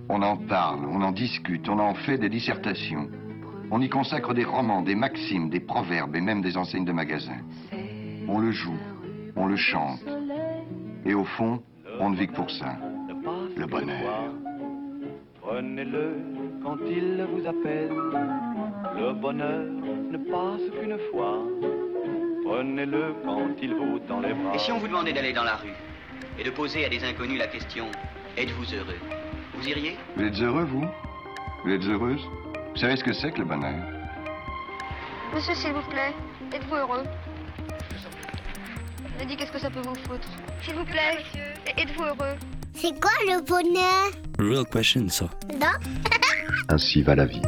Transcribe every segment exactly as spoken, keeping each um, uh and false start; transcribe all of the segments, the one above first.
On en parle, on en discute, on en fait des dissertations. On y consacre des romans, des maximes, des proverbes et même des enseignes de magasins. On le joue, on le chante. Et au fond, on ne vit que pour ça. Le bonheur. Prenez-le quand il vous appelle. Le bonheur ne passe qu'une fois. Prenez-le quand il vous tend les bras. Et si on vous demandait d'aller dans la rue et de poser à des inconnus la question « Êtes-vous heureux ?» Vous iriez? Vous êtes heureux, vous? Vous êtes heureuse? Vous savez ce que c'est que le bonheur? Monsieur, s'il vous plaît, êtes-vous heureux? Je dis, qu'est-ce que ça peut vous foutre? S'il vous plaît, êtes-vous heureux? C'est quoi le bonheur? Real question, ça. Non. Ainsi va la vie.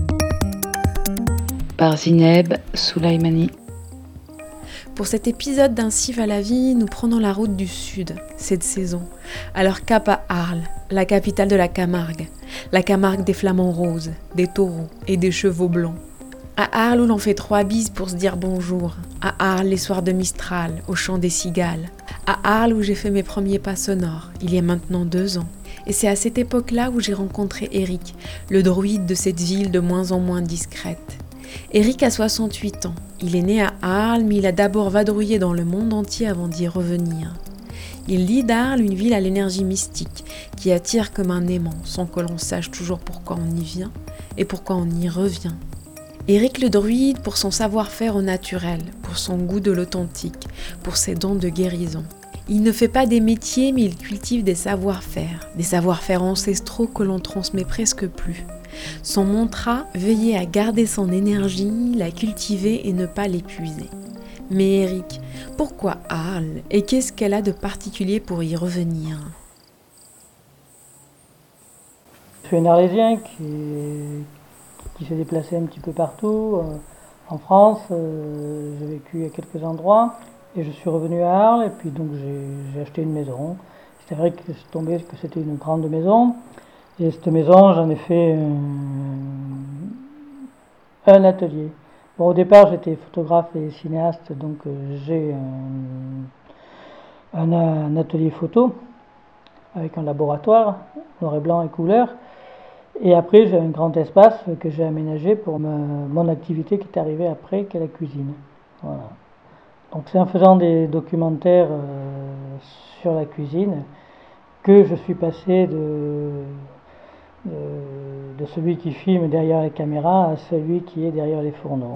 Par Zineb Soulaimani. Pour cet épisode d'Ainsi va la vie, nous prenons la route du sud, cette saison. Alors cap à Arles, la capitale de la Camargue. La Camargue des flamants roses, des taureaux et des chevaux blancs. À Arles où l'on fait trois bises pour se dire bonjour. À Arles les soirs de Mistral, au chant des cigales. À Arles où j'ai fait mes premiers pas sonores, il y a maintenant deux ans. Et c'est à cette époque-là où j'ai rencontré Eric, le druide de cette ville de moins en moins discrète. Eric a soixante-huit ans. Il est né à Arles, mais il a d'abord vadrouillé dans le monde entier avant d'y revenir. Il dit d'Arles une ville à l'énergie mystique, qui attire comme un aimant, sans que l'on sache toujours pourquoi on y vient et pourquoi on y revient. Eric le druide pour son savoir-faire au naturel, pour son goût de l'authentique, pour ses dons de guérison. Il ne fait pas des métiers, mais il cultive des savoir-faire, des savoir-faire ancestraux que l'on transmet presque plus. Son mantra, veiller à garder son énergie, la cultiver et ne pas l'épuiser. Mais Eric, pourquoi Arles et qu'est-ce qu'elle a de particulier pour y revenir? Je suis un Arlésien qui, qui s'est déplacé un petit peu partout. En France, euh, j'ai vécu à quelques endroits et je suis revenu à Arles et puis donc j'ai, j'ai acheté une maison. C'est vrai que c'est tombé que c'était une grande maison. Et cette maison, j'en ai fait un, un atelier. Bon, au départ, j'étais photographe et cinéaste, donc euh, j'ai un, un, un atelier photo avec un laboratoire, noir et blanc et couleur. Et après, j'ai un grand espace que j'ai aménagé pour ma, mon activité qui est arrivée après, qui est la cuisine. Voilà. Donc c'est en faisant des documentaires euh, sur la cuisine que je suis passé de... De, de celui qui filme derrière les caméras à celui qui est derrière les fourneaux.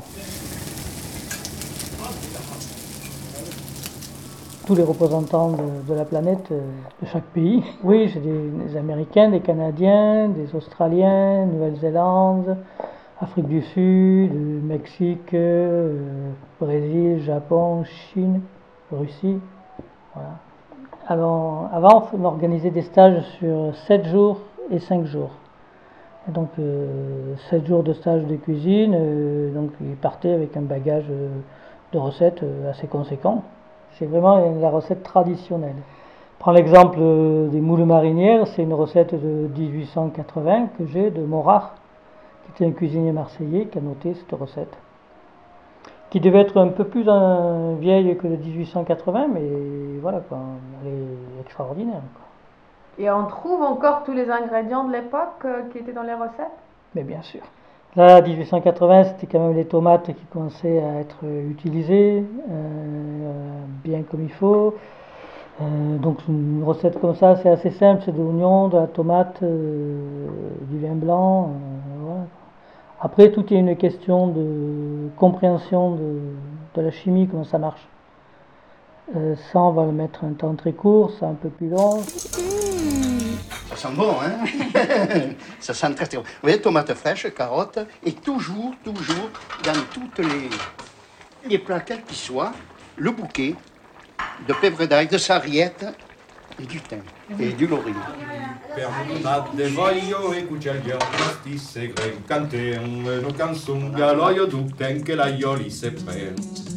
Tous les représentants de, de la planète, de chaque pays. Oui, j'ai des, des Américains, des Canadiens, des Australiens, Nouvelle-Zélande, Afrique du Sud, Mexique, euh, Brésil, Japon, Chine, Russie. Voilà. Alors, avant, on organisait des stages sur sept jours et cinq jours. Et donc euh, sept jours de stage de cuisine, euh, donc ils partaient avec un bagage euh, de recettes euh, assez conséquent. C'est vraiment la recette traditionnelle. Prends l'exemple euh, des moules marinières, c'est une recette de dix-huit cent quatre-vingts que j'ai de Morard, qui était un cuisinier marseillais qui a noté cette recette. Qui devait être un peu plus euh, vieille que le dix-huit cent quatre-vingts, mais voilà quoi, elle est extraordinaire, quoi. Et on trouve encore tous les ingrédients de l'époque euh, qui étaient dans les recettes? Mais bien sûr. Là, dix-huit cent quatre-vingts, c'était quand même les tomates qui commençaient à être utilisées, euh, bien comme il faut. Euh, donc une recette comme ça, c'est assez simple, c'est de l'oignon, de la tomate, euh, du vin blanc. Euh, voilà. Après, tout est une question de compréhension de, de la chimie, comment ça marche. Euh, ça, on va le mettre un temps très court, ça un peu plus long. Ça sent bon, hein? Ça sent très très bon. Vous voyez, tomates fraîches, carottes, et toujours, toujours, dans toutes les, les plats, quels qu'ils soient, le bouquet de pèvre d'ail, de sarriette et du thym et du laurier. Perdonate voglio e cucciagliò, stisse grec cante una canzone galloio ducten che la ioli seppe.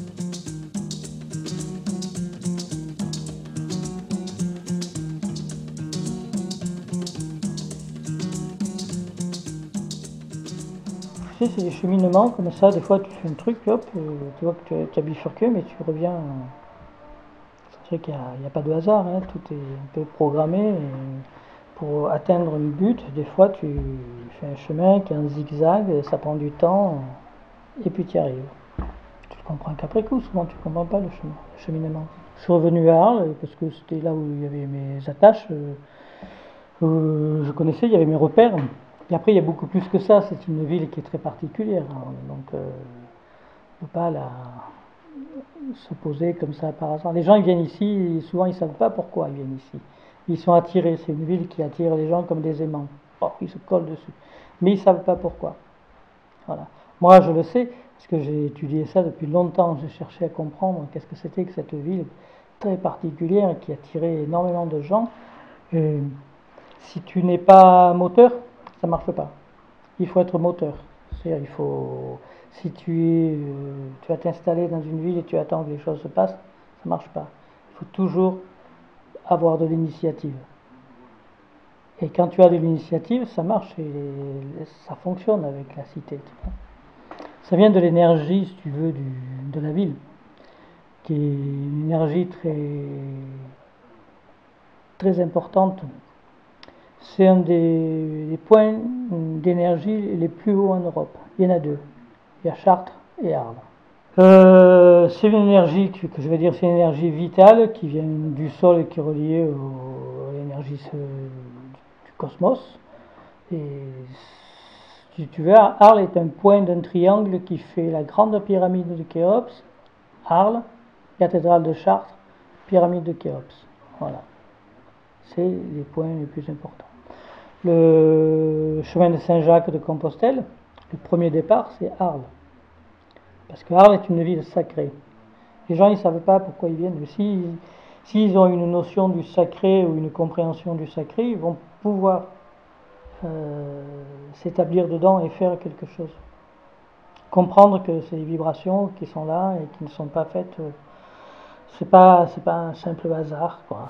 Tu sais, c'est des cheminements comme ça, des fois tu fais un truc, hop, euh, tu vois que tu, tu as bifurqué, mais tu reviens. Euh, c'est vrai qu'il n'y a, a pas de hasard, hein, tout est un peu programmé. Et pour atteindre une but, des fois tu fais un chemin qui est en zigzag, ça prend du temps, et puis tu y arrives. Tu le comprends qu'après coup, souvent tu ne comprends pas le chemin, le cheminement. Je suis revenu à Arles, parce que c'était là où il y avait mes attaches, où je connaissais, il y avait mes repères. Et après, il y a beaucoup plus que ça, c'est une ville qui est très particulière, donc euh, on ne peut pas la... s'opposer comme ça par hasard. Les gens ils viennent ici, et souvent ils ne savent pas pourquoi ils viennent ici. Ils sont attirés, c'est une ville qui attire les gens comme des aimants. Oh, ils se collent dessus. Mais ils ne savent pas pourquoi. Voilà. Moi je le sais, parce que j'ai étudié ça depuis longtemps, j'ai cherché à comprendre qu'est-ce que c'était que cette ville très particulière qui attirait énormément de gens. Et si tu n'es pas moteur, ça ne marche pas. Il faut être moteur. C'est-à-dire il faut... Si tu, es, euh, tu vas t'installer dans une ville et tu attends que les choses se passent, ça ne marche pas. Il faut toujours avoir de l'initiative. Et quand tu as de l'initiative, ça marche et ça fonctionne avec la cité. Ça vient de l'énergie, si tu veux, du, de la ville, qui est une énergie très, très importante. C'est un des, des points d'énergie les plus hauts en Europe. Il y en a deux. Il y a Chartres et Arles. Euh, c'est une énergie que, que je vais dire, c'est une énergie vitale qui vient du sol et qui est reliée au, à l'énergie du cosmos. Et si tu veux, Arles est un point d'un triangle qui fait la grande pyramide de Khéops, Arles, cathédrale de Chartres, pyramide de Khéops. Voilà. C'est les points les plus importants. Le chemin de Saint-Jacques de Compostelle, le premier départ, c'est Arles. Parce que Arles est une ville sacrée. Les gens, ils ne savent pas pourquoi ils viennent. Mais si, s'ils ont une notion du sacré ou une compréhension du sacré, ils vont pouvoir euh, s'établir dedans et faire quelque chose. Comprendre que c'est des vibrations qui sont là et qui ne sont pas faites. Euh, c'est pas, c'est pas un simple hasard, quoi.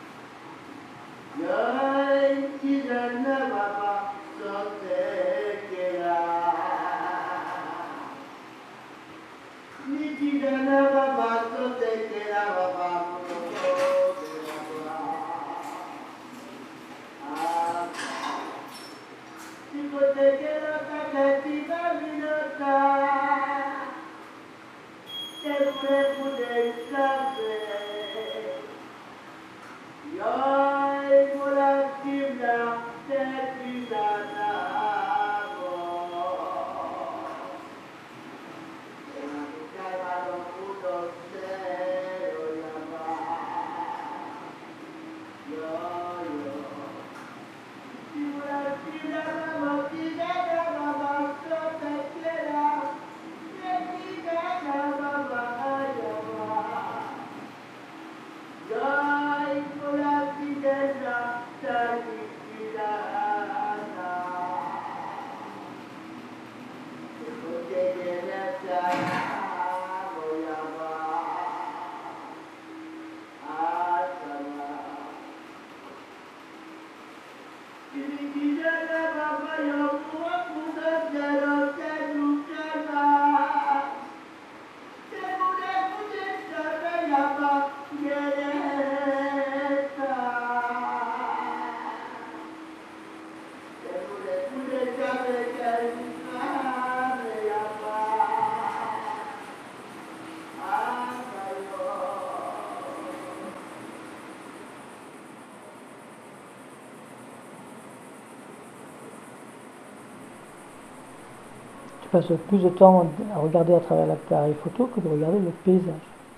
Tu passes plus de temps à regarder à travers l'appareil photo que de regarder le paysage.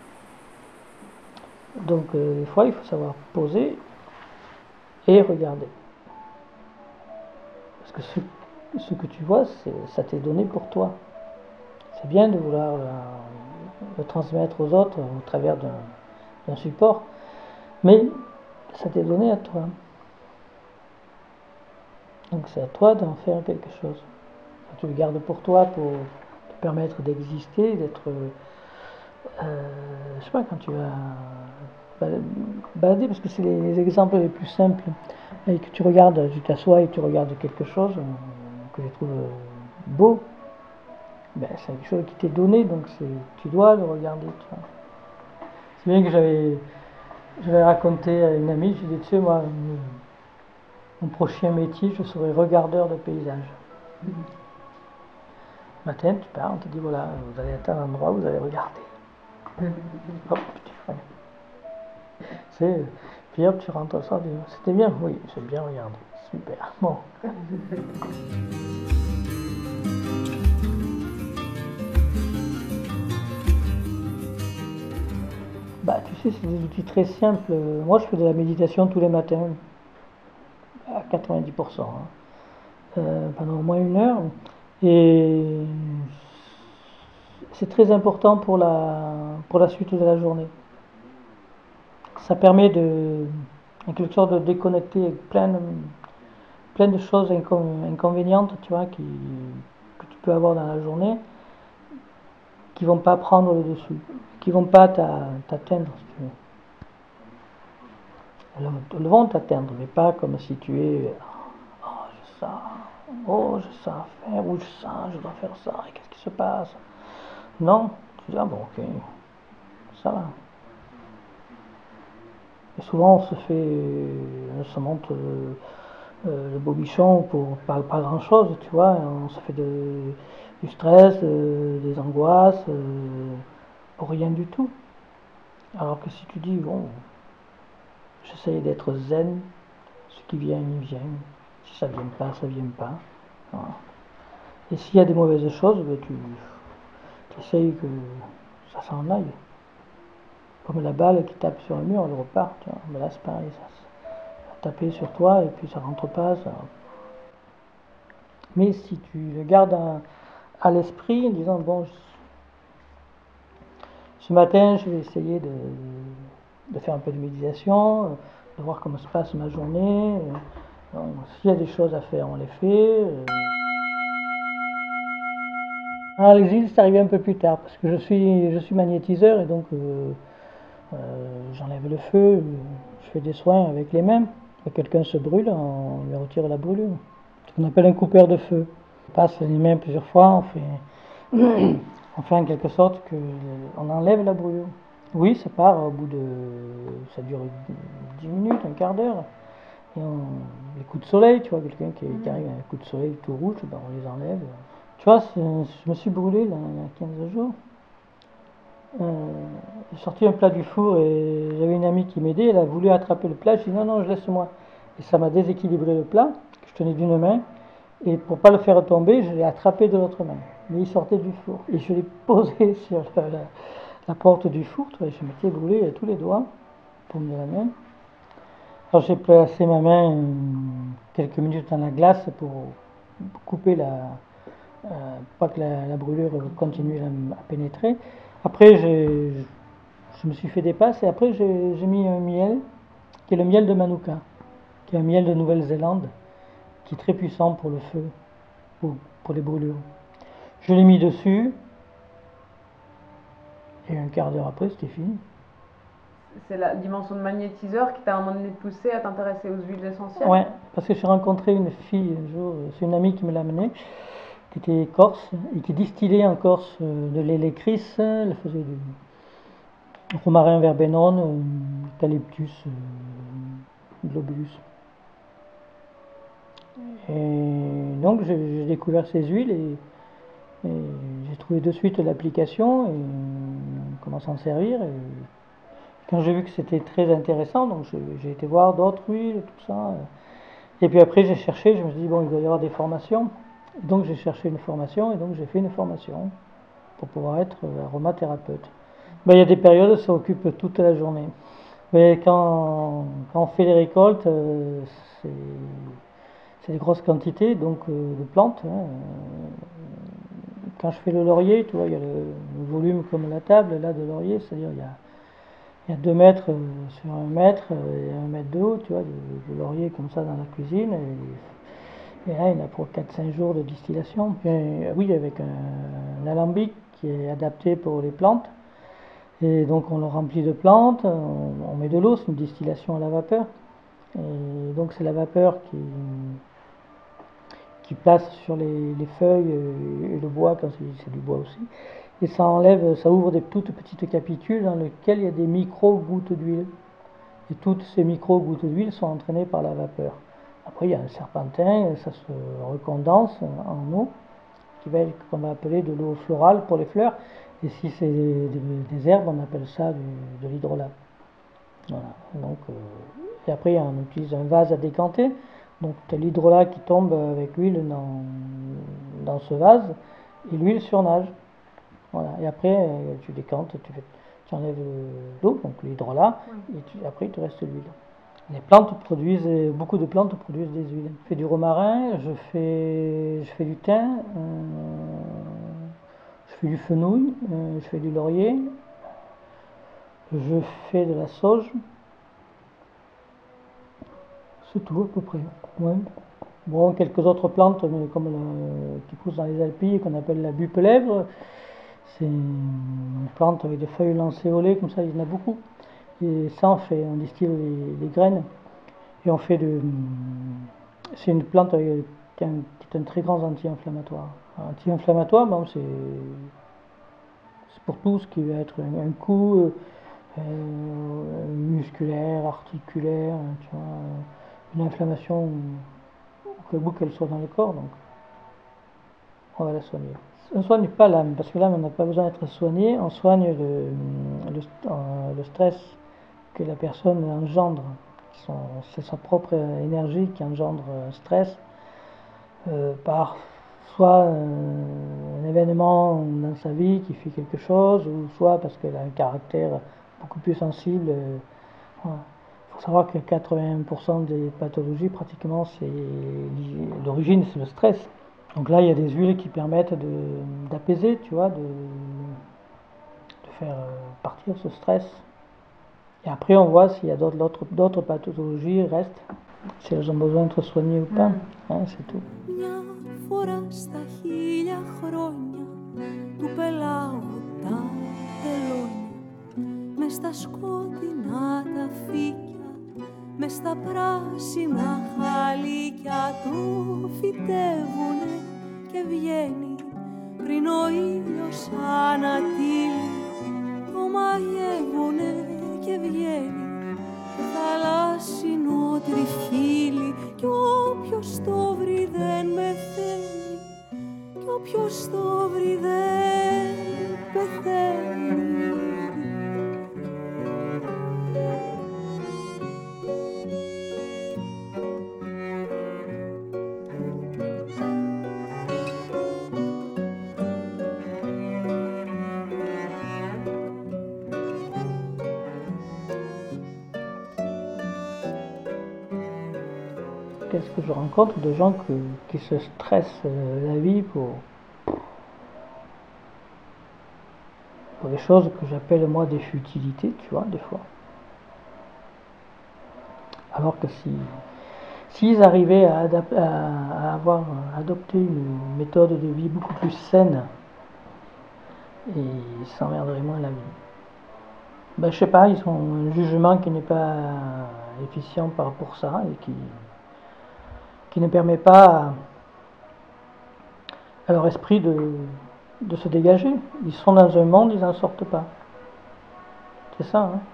Donc euh, des fois il faut savoir poser et regarder. Parce que ce, ce que tu vois, c'est, ça t'est donné pour toi. C'est bien de vouloir le, le transmettre aux autres au travers d'un, d'un support, mais ça t'est donné à toi. Donc c'est à toi d'en faire quelque chose. Tu le gardes pour toi, pour te permettre d'exister, d'être... Euh, je sais pas, quand tu vas balader, parce que c'est les, les exemples les plus simples, et que tu regardes, tu t'assois et tu regardes quelque chose euh, que je trouve beau, ben, c'est quelque chose qui t'est donné, donc c'est, tu dois le regarder. Tu vois. C'est bien que j'avais, j'avais raconté à une amie, je disais, tu sais, moi, mon prochain métier, je serai regardeur de paysages. Le matin, tu pars, on te dit voilà, vous allez à un endroit, vous allez regarder. Hop, tu fais. C'est, puis hop, tu rentres au soir, tu dis, c'était bien? Oui, j'ai bien regardé. Super. Bon. Bah, tu sais, c'est des outils très simples. Moi, je fais de la méditation tous les matins, à quatre-vingt-dix pour cent, hein. euh, pendant au moins une heure. Et c'est très important pour la, pour la suite de la journée. Ça permet de, en quelque sorte, de déconnecter avec plein de, plein de choses inconvénientes, tu vois, qui, que tu peux avoir dans la journée, qui vont pas prendre le dessus, qui vont pas t'atteindre, si tu veux. Elles vont t'atteindre, mais pas comme si tu es, oh, je sens, oh, je sens à faire, ou je sens, je dois faire ça, et qu'est-ce qui se passe? Non, tu dis, ah bon, ok, ça va. Et souvent, on se fait, on se monte euh, euh, le bobichon pour pas, pas grand-chose, tu vois, on se fait de, du stress, euh, des angoisses, euh, pour rien du tout. Alors que si tu dis, bon, j'essaye d'être zen, ce qui vient, il vient, si ça vient pas, ça vient pas. Voilà. Et s'il y a des mauvaises choses, ben tu, tu essayes que ça s'en aille. Comme la balle qui tape sur le mur, elle repart, tu vois. Mais là c'est pareil, ça, ça va taper sur toi et puis ça rentre pas. Ça... Mais si tu le gardes à, à l'esprit en disant, bon, je, ce matin je vais essayer de, de faire un peu de méditation, de voir comment se passe ma journée. S'il y a des choses à faire, on les fait. Alors l'exil, c'est arrivé un peu plus tard, parce que je suis, je suis magnétiseur et donc euh, euh, j'enlève le feu, je fais des soins avec les mains. Quand quelqu'un se brûle, on lui retire la brûlure. Ce qu'on appelle un coupeur de feu. On passe les mains plusieurs fois, on fait, on fait en quelque sorte qu'on enlève la brûlure. Oui, ça part au bout de... ça dure dix minutes, un quart d'heure. Et on, les coups de soleil, tu vois, quelqu'un qui, qui arrive avec un coup de soleil tout rouge, ben on les enlève. Tu vois, je me suis brûlé là, il y a quinze jours. Euh, j'ai sorti un plat du four et j'avais une amie qui m'aidait, elle a voulu attraper le plat, je dis non, non, je laisse moi. Et ça m'a déséquilibré le plat, que je tenais d'une main, et pour pas le faire tomber, je l'ai attrapé de l'autre main. Mais il sortait du four. Et je l'ai posé sur la, la, la porte du four, tu vois, je m'étais brûlé tous les doigts, paume de la main. Alors j'ai placé ma main euh, quelques minutes dans la glace pour couper la... Euh, pour pas que la, la brûlure continue à, à pénétrer. Après, je, je me suis fait des passes et après, j'ai, j'ai mis un miel, qui est le miel de Manuka, qui est un miel de Nouvelle-Zélande, qui est très puissant pour le feu, pour, pour les brûlures. Je l'ai mis dessus, et un quart d'heure après, c'était fini. C'est la dimension de magnétiseur qui t'a à un moment donné poussé à t'intéresser aux huiles essentielles? Ouais, parce que j'ai rencontré une fille un jour, c'est une amie qui me l'a amenée, qui était corse et qui distillait en Corse de l'électris, elle faisait du romarin verbenone, eucalyptus globulus. Et donc j'ai, j'ai découvert ces huiles et, et j'ai trouvé de suite l'application et comment s'en servir. Et quand j'ai vu que c'était très intéressant, donc j'ai, j'ai été voir d'autres huiles, tout ça. Et puis après j'ai cherché, je me suis dit bon, il doit y avoir des formations. Donc j'ai cherché une formation et donc j'ai fait une formation pour pouvoir être aromathérapeute. Ben, il y a des périodes où ça occupe toute la journée. Mais quand, quand on fait les récoltes, euh, c'est, c'est des grosses quantités donc, euh, de plantes. Hein. Quand je fais le laurier, tu vois, il y a le, le volume comme la table là de laurier, c'est-à-dire il y a, il y a deux mètres euh, sur un mètre et un mètre de haut, tu vois, de, de laurier comme ça dans la cuisine. Et, Et là, il y en a pour quatre à cinq jours de distillation. Et, oui, avec un, un alambic qui est adapté pour les plantes. Et donc, on le remplit de plantes, on, on met de l'eau, c'est une distillation à la vapeur. Et donc, c'est la vapeur qui, qui place sur les, les feuilles et le bois, quand c'est, c'est du bois aussi. Et ça enlève, ça ouvre des toutes petites capitules dans lesquelles il y a des micro-gouttes d'huile. Et toutes ces micro-gouttes d'huile sont entraînées par la vapeur. Après, après, il y a un serpentin, ça se recondense en eau, qui va être, qu'on va appeler de l'eau florale pour les fleurs. Et si c'est des, des, des herbes, on appelle ça du, de l'hydrolat. Voilà. Donc, euh, et après, on utilise un vase à décanter. Donc, tu as l'hydrolat qui tombe avec l'huile dans, dans ce vase, et l'huile surnage. Voilà. Et après, tu décantes, tu, fais, tu enlèves l'eau, donc l'hydrolat, oui. Et tu, après, il te reste l'huile. Les plantes produisent, beaucoup de plantes produisent des huiles. Je fais du romarin, je fais, je fais du thym, euh, je fais du fenouil, euh, je fais du laurier, je fais de la sauge. C'est tout à peu près. Ouais. Bon, quelques autres plantes mais comme le, qui poussent dans les Alpilles, qu'on appelle la bupe-lèvre. C'est une plante avec des feuilles lancéolées, comme ça, il y en a beaucoup. Et ça, on fait, on distille les, les graines et on fait de. C'est une plante qui est un, qui est un très grand anti-inflammatoire. Anti-inflammatoire, bon, c'est, c'est pour tout ce qui va être un, un coup euh, musculaire, articulaire, tu vois, une inflammation au bout qu'elle soit dans le corps, donc on va la soigner. On ne soigne pas l'âme, parce que l'âme, on n'a pas besoin d'être soigné, on soigne le, le, le stress que la personne engendre. Son, c'est sa propre énergie qui engendre un stress euh, par soit un, un événement dans sa vie qui fait quelque chose, ou soit parce qu'elle a un caractère beaucoup plus sensible. Euh, voilà. Il faut savoir que quatre-vingts pour cent des pathologies, pratiquement, c'est l'origine, c'est le stress. Donc là, il y a des huiles qui permettent de, d'apaiser, tu vois, de, de faire partir ce stress. Et après, on voit s'il y a d'autres, d'autres, d'autres pathologies restent, si elles ont besoin d'être soignées ou pas. Mm. Hein, c'est tout. Μες στα πράσινα χαλίκια του φυτεύουνε και βγαίνει πριν ο ήλιος ανατείλει, το μαγεύουνε και βγαίνει θαλάσσινο τριφύλι κι όποιος το βρει δεν μεθαίνει κι όποιος το βρει δεν πεθαίνει. Qu'est-ce que je rencontre de gens que, qui se stressent la vie pour, pour des choses que j'appelle moi des futilités, tu vois, des fois. Alors que si s'ils arrivaient à, adap- à, à avoir adopté une méthode de vie beaucoup plus saine, et ils s'emmerderaient moins la vie. Ben, je sais pas, ils ont un jugement qui n'est pas efficient par pour ça et qui qui ne permet pas à, à leur esprit de, de se dégager. Ils sont dans un monde, ils n'en sortent pas. C'est ça, hein.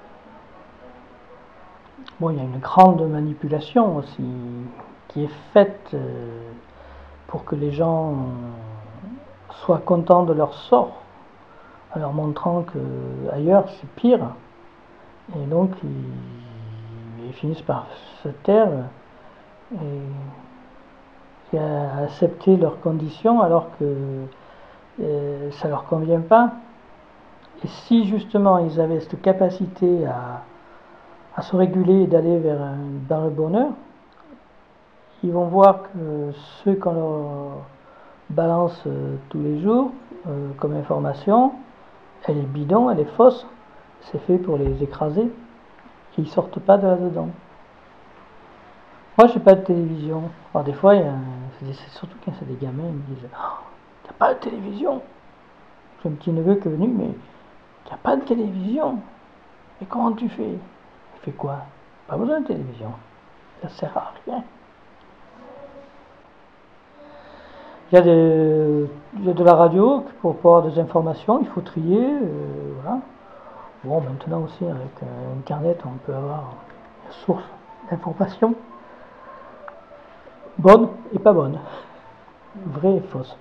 Bon, il y a une grande manipulation aussi qui est faite euh, pour que les gens soient contents de leur sort, en leur montrant qu'ailleurs c'est pire. Et donc ils, ils finissent par se taire et et à accepter leurs conditions alors que euh, ça ne leur convient pas. Et si justement ils avaient cette capacité à, à se réguler et d'aller vers un, dans le bonheur, ils vont voir que ce qu'on leur balance euh, tous les jours euh, comme information, elle est bidon, elle est fausse, c'est fait pour les écraser et ils ne sortent pas de là-dedans. Moi, je n'ai pas de télévision. Alors, des fois, il y a, c'est surtout quand c'est des gamins, ils me disent oh, « t'as pas de télévision ?» J'ai un petit neveu qui est venu, mais « t'as pas de télévision ?» Et comment tu fais? Il fait quoi? Pas besoin de télévision. Ça sert à rien. Il y a de, il y a de la radio pour avoir des informations, il faut trier. Euh, voilà. Bon, maintenant aussi, avec euh, Internet, on peut avoir une source d'informations. bonnes et pas bonnes, vraies et fausses.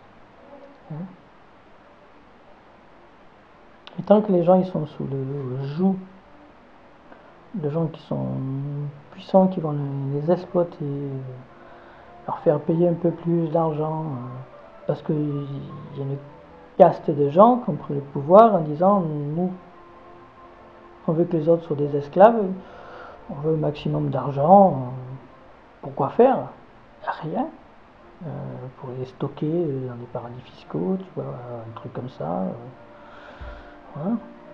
Et tant que les gens ils sont sous le joug de gens qui sont puissants, qui vont les exploiter, leur faire payer un peu plus d'argent, parce qu'il y a une caste de gens qui ont pris le pouvoir en disant nous, on veut que les autres soient des esclaves, on veut un maximum d'argent, pourquoi faire? Rien. Euh, pour les stocker dans des paradis fiscaux, tu vois, un truc comme ça. Euh, voilà.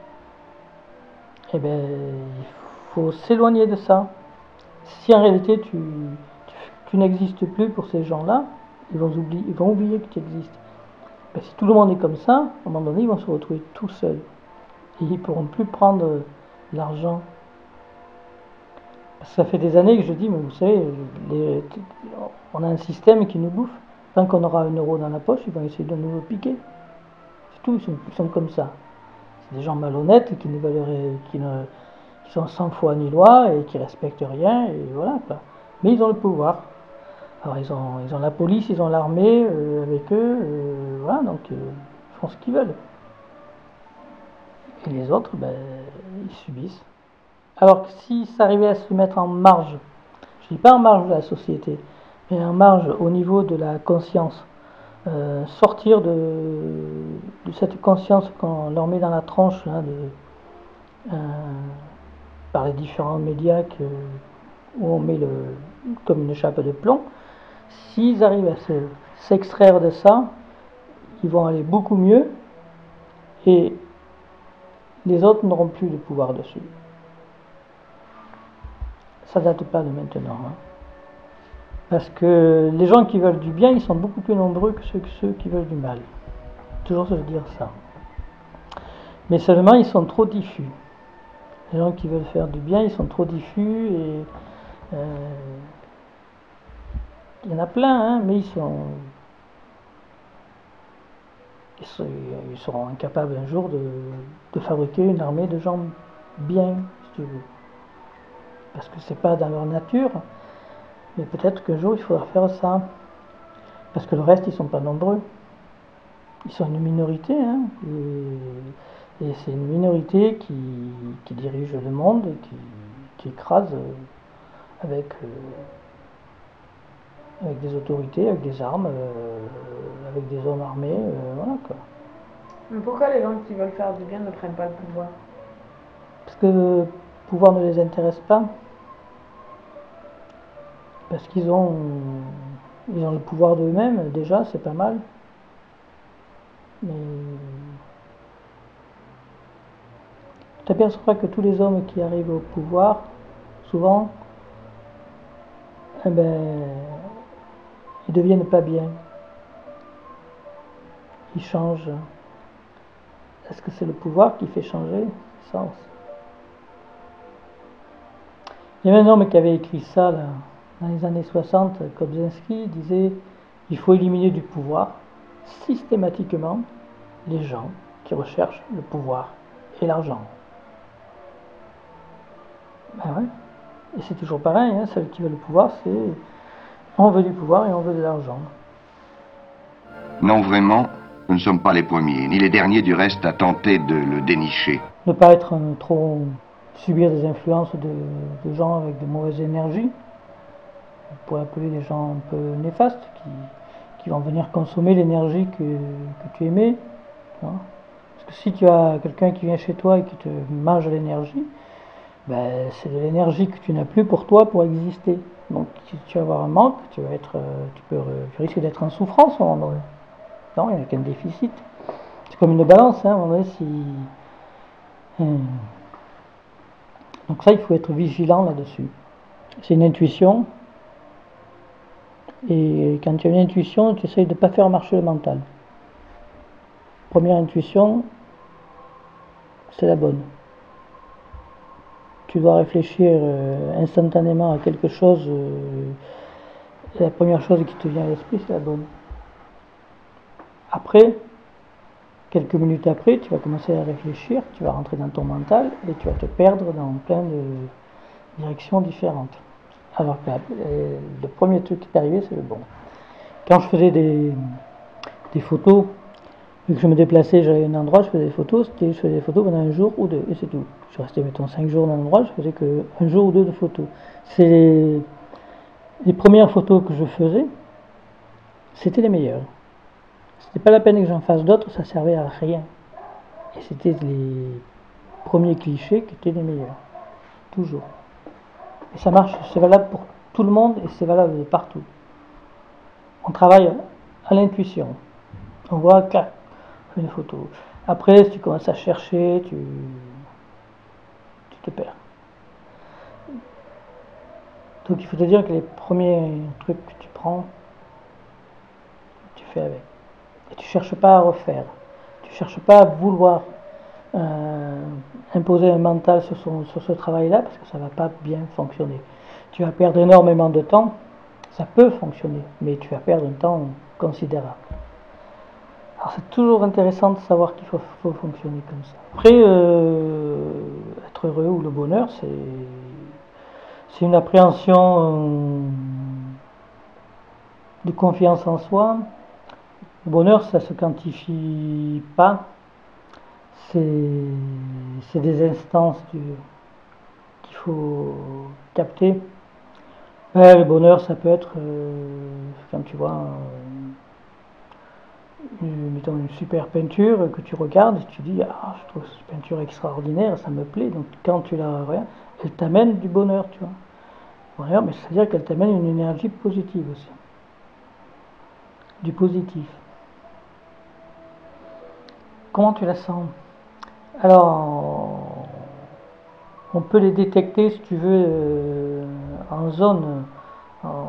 Eh bien, il faut s'éloigner de ça. Si en réalité tu, tu, tu n'existes plus pour ces gens-là, ils vont oublier, ils vont oublier que tu existes. Ben, si tout le monde est comme ça, à un moment donné, ils vont se retrouver tout seuls. Et ils ne pourront plus prendre l'argent. Parce que ça fait des années que je dis, mais vous savez, les, on a un système qui nous bouffe. Tant qu'on aura un euro dans la poche, ils vont essayer de nous le piquer. C'est tout, ils sont, ils sont comme ça. C'est des gens malhonnêtes qui ne veulent, qui ne, qui sont sans foi ni loi et qui respectent rien, et voilà quoi. Mais ils ont le pouvoir. Alors ils ont, ils ont la police, ils ont l'armée euh, avec eux, euh, voilà, donc euh, ils font ce qu'ils veulent. Et les autres, ben, ils subissent. Alors que si ça arrivait à se mettre en marge, je ne dis pas en marge de la société, mais en marge au niveau de la conscience, euh, sortir de, de cette conscience qu'on leur met dans la tronche là, de, euh, par les différents médias que, où on met le, comme une chape de plomb, s'ils arrivent à se, s'extraire de ça, ils vont aller beaucoup mieux et les autres n'auront plus de pouvoir dessus. Ça date pas de maintenant. Hein. Parce que les gens qui veulent du bien, ils sont beaucoup plus nombreux que ceux, que ceux qui veulent du mal. Toujours se dire ça. Mais seulement, ils sont trop diffus. Les gens qui veulent faire du bien, ils sont trop diffus et euh, il y en a plein, hein, mais ils sont, ils sont, ils seront incapables un jour de, de fabriquer une armée de gens bien, si tu veux. Parce que c'est pas dans leur nature, mais peut-être qu'un jour il faudra faire ça. Parce que le reste, ils sont pas nombreux. Ils sont une minorité, hein, et, et c'est une minorité qui, qui dirige le monde, et qui, qui écrase avec, euh, avec des autorités, avec des armes, euh, avec des hommes armés, euh, voilà quoi. Mais pourquoi les gens qui veulent faire du bien ne prennent pas le pouvoir? Parce que le pouvoir ne les intéresse pas. Parce qu'ils ont, ils ont le pouvoir d'eux-mêmes, déjà, c'est pas mal. Mais tu t'aperçois que tous les hommes qui arrivent au pouvoir, souvent, eh ben, ils deviennent pas bien. Ils changent. Est-ce que c'est le pouvoir qui fait changer? Ça aussi. Il y a un homme qui avait écrit ça, là. Dans les années soixante, Kobzynski disait « Il faut éliminer du pouvoir systématiquement les gens qui recherchent le pouvoir et l'argent. » Ben ouais. Et c'est toujours pareil, hein, ceux qui veulent le pouvoir, c'est on veut du pouvoir et on veut de l'argent. Non, vraiment, nous ne sommes pas les premiers, ni les derniers du reste à tenter de le dénicher. Ne pas être euh, trop subir des influences de, de gens avec de mauvaises énergies. On pourrait appeler des gens un peu néfastes qui, qui vont venir consommer l'énergie que, que tu émets. Hein. Parce que si tu as quelqu'un qui vient chez toi et qui te mange l'énergie, ben, c'est de l'énergie que tu n'as plus pour toi pour exister. Donc si tu vas avoir un manque, tu, vas être, tu, peux, tu risques d'être en souffrance à un moment donné. Non, il n'y a qu'un déficit. C'est comme une balance, hein, à un moment donné, si... Hum. Donc ça, il faut être vigilant là-dessus. C'est une intuition. Et quand tu as une intuition, tu essayes de ne pas faire marcher le mental. Première intuition, c'est la bonne. Tu dois réfléchir euh, instantanément à quelque chose. Euh, et la première chose qui te vient à l'esprit, c'est la bonne. Après, quelques minutes après, tu vas commencer à réfléchir, tu vas rentrer dans ton mental et tu vas te perdre dans plein de directions différentes. Alors que la, le premier truc qui est arrivé, c'est le bon. Quand je faisais des, des photos, vu que je me déplaçais, j'allais à un endroit, je faisais des photos, c'était, je faisais des photos pendant un jour ou deux, et c'est tout. Je restais, mettons, cinq jours dans un endroit, je faisais qu'un jour ou deux de photos. C'est les, les premières photos que je faisais, c'était les meilleures. C'était pas la peine que j'en fasse d'autres, ça servait à rien. Et c'était les premiers clichés qui étaient les meilleurs. Toujours. Et ça marche, c'est valable pour tout le monde et c'est valable partout. On travaille à l'intuition. On voit, clac, on fait une photo. Après, si tu commences à chercher, tu, tu te perds. Donc il faut te dire que les premiers trucs que tu prends, tu fais avec. Et tu ne cherches pas à refaire. Tu ne cherches pas à vouloir euh, imposer un mental sur, son, sur ce travail-là, parce que ça ne va pas bien fonctionner. Tu vas perdre énormément de temps. Ça peut fonctionner, mais tu vas perdre un temps considérable. Alors c'est toujours intéressant de savoir qu'il faut, faut fonctionner comme ça. Après, euh, être heureux ou le bonheur, c'est, c'est une appréhension euh, de confiance en soi. Le bonheur, ça ne se quantifie pas. C'est, c'est des instances du, qu'il faut capter. Ouais, le bonheur, ça peut être, euh, quand tu vois euh, une, mettons une super peinture que tu regardes et tu dis, ah, je trouve cette peinture extraordinaire, ça me plaît. Donc quand tu la regardes, elle t'amène du bonheur, tu vois. Bonheur, mais c'est-à-dire qu'elle t'amène une énergie positive aussi. Du positif. Comment tu la sens? Alors, on peut les détecter, si tu veux, euh, en zone. En...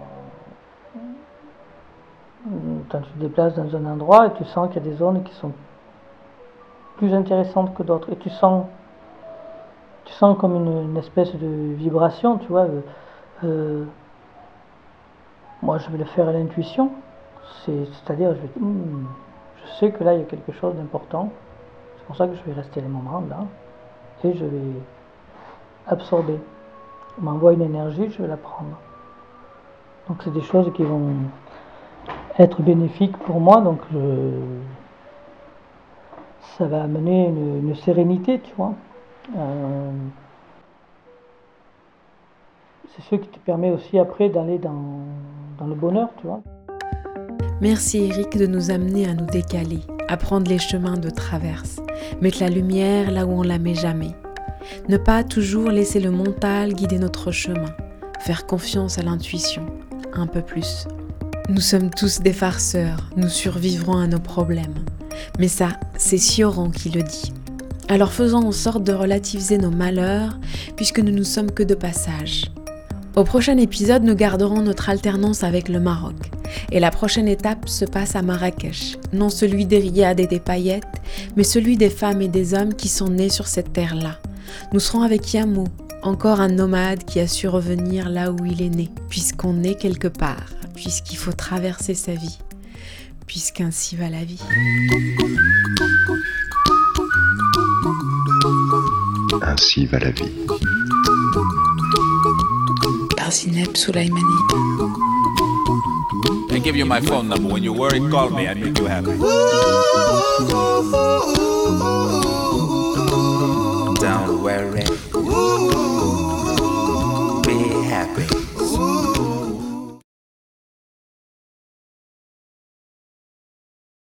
Quand tu te déplaces dans un endroit et tu sens qu'il y a des zones qui sont plus intéressantes que d'autres. Et tu sens, tu sens comme une, une espèce de vibration, tu vois. Euh, euh, moi, je vais le faire à l'intuition. C'est, c'est-à-dire, je, vais, hmm, je sais que là, il y a quelque chose d'important. C'est pour ça que je vais rester les moments là. Et je vais absorber. On m'envoie une énergie, je vais la prendre. Donc c'est des choses qui vont être bénéfiques pour moi, donc je... ça va amener une, une sérénité, tu vois. Euh... C'est ce qui te permet aussi après d'aller dans, dans le bonheur, tu vois. Merci Eric de nous amener à nous décaler, à prendre les chemins de traverse, mettre la lumière là où on la met jamais. Ne pas toujours laisser le mental guider notre chemin, faire confiance à l'intuition, un peu plus. Nous sommes tous des farceurs, nous survivrons à nos problèmes. Mais ça, c'est Sioran qui le dit. Alors faisons en sorte de relativiser nos malheurs, puisque nous ne sommes que de passage. Au prochain épisode, nous garderons notre alternance avec le Maroc. Et la prochaine étape se passe à Marrakech. Non celui des riades et des paillettes, mais celui des femmes et des hommes qui sont nés sur cette terre-là. Nous serons avec Yamo, encore un nomade qui a su revenir là où il est né, puisqu'on est quelque part, puisqu'il faut traverser sa vie, puisqu'ainsi va la vie. Ainsi va la vie. Par Zineb Soulaïmani. I give you my phone number. When you're worried, call me. I make you happy. Don't worry. Be happy.